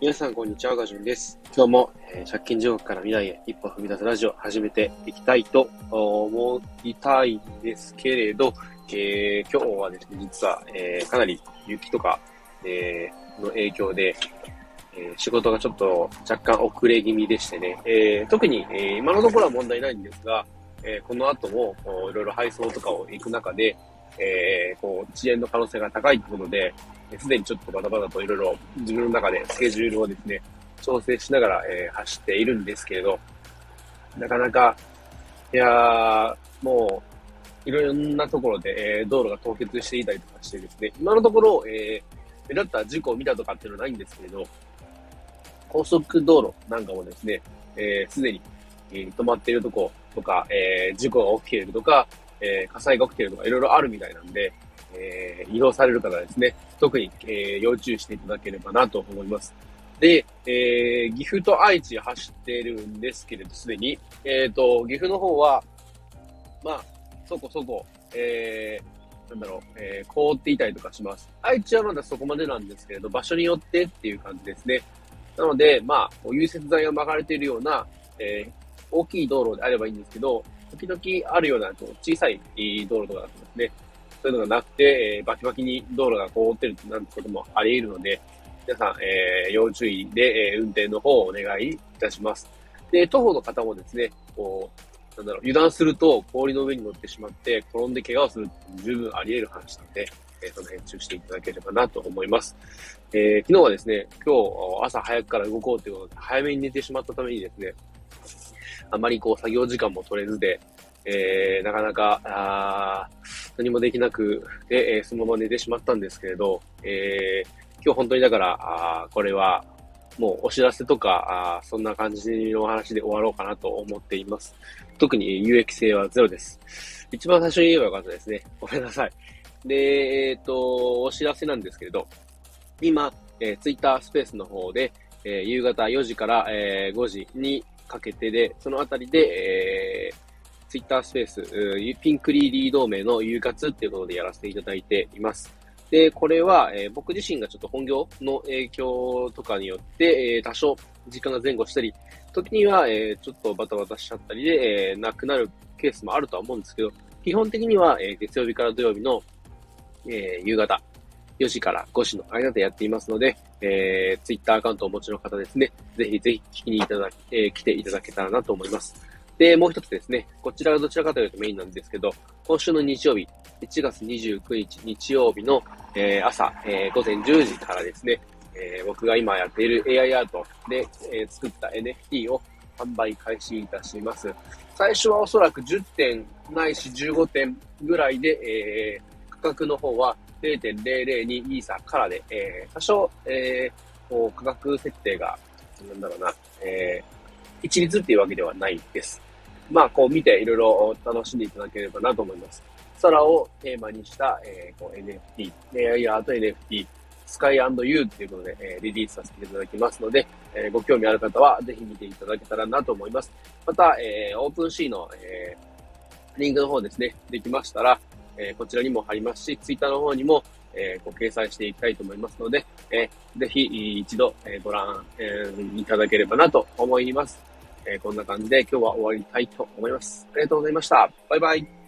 皆さん、こんにちは。ガジュンです。今日も、借金地獄から未来へ一歩踏み出すラジオ始めていきたいと思いたいんですけれど、今日はですね、実は、かなり雪とか、の影響で、仕事がちょっと若干遅れ気味でしてね、特に、今のところは問題ないんですが、この後もいろいろ配送とかを行く中で、遅延の可能性が高いということで、すでにちょっとバタバタといろいろ自分の中でスケジュールをですね、調整しながら、走っているんですけれど、なかなか、もう、いろんなところで、道路が凍結していたりとかしてですね、今のところ、目立った事故を見たとかっていうのはないんですけれど、高速道路なんかもですね、すでに、止まっているとことか、事故が起きているとか、火災が起きているとかいろいろあるみたいなんで、移動される方ですね、特に、要注意していただければなと思います。で、岐阜と愛知走っているんですけれど、すでに、岐阜の方は、まあ、そこそこ、凍っていたりとかします。愛知はまだそこまでなんですけれど、場所によってっていう感じですね。なので、融雪剤が巻かれているような、大きい道路であればいいんですけど、時々あるような小さい道路とかだとですね、そういうのがなくて、バキバキに道路が凍ってるなんてこともあり得るので、皆さん、要注意で、運転の方をお願いいたします。で、徒歩の方もですね、油断すると氷の上に乗ってしまって転んで怪我をするって十分あり得る話なので、その辺注意していただければなと思います。昨日はですね、今日朝早くから動こうということで早めに寝てしまったためにですね、あまり作業時間も取れずで、なかなか、何もできなくて、そのまま寝てしまったんですけれど、今日本当にだから、これは、もうお知らせとか、そんな感じの話で終わろうかなと思っています。特に有益性はゼロです。一番最初に言えばよかったですね。ごめんなさい。で、お知らせなんですけれど、今、ツイッタースペースの方で、夕方4時から、5時にかけてで、そのあたりで、ツイッタースペース、ピンクリーリー同盟の夕活っていうことでやらせていただいています。で、これは、僕自身がちょっと本業の影響とかによって、多少時間が前後したり、時には、ちょっとバタバタしちゃったりで、なくなるケースもあるとは思うんですけど、基本的には、月曜日から土曜日の、夕方4時から5時の間でやっていますので、ツイッターアカウントをお持ちの方ですね、ぜひぜひ来ていただけたらなと思います。で、もう一つですね、こちらがどちらかというとメインなんですけど、今週の日曜日、1月29日日曜日の、朝、午前10時からですね、僕が今やっている AI アートで、作った NFT を販売開始いたします。最初はおそらく10点ないし15点ぐらいで、価格の方は0.002イーサからで、多少、価格設定が、一律っていうわけではないです。見ていろいろ楽しんでいただければなと思います。空をテーマにした、NFT、AI アート NFT、スカイ&ユーっていうことで、リリースさせていただきますので、ご興味ある方はぜひ見ていただけたらなと思います。また、オープンシーの、リンクの方ですね、できましたら、こちらにも貼りますし、ツイッターの方にも、掲載していきたいと思いますので、ぜひ一度、ご覧、いただければなと思います。こんな感じで今日は終わりたいと思います。ありがとうございました。バイバイ。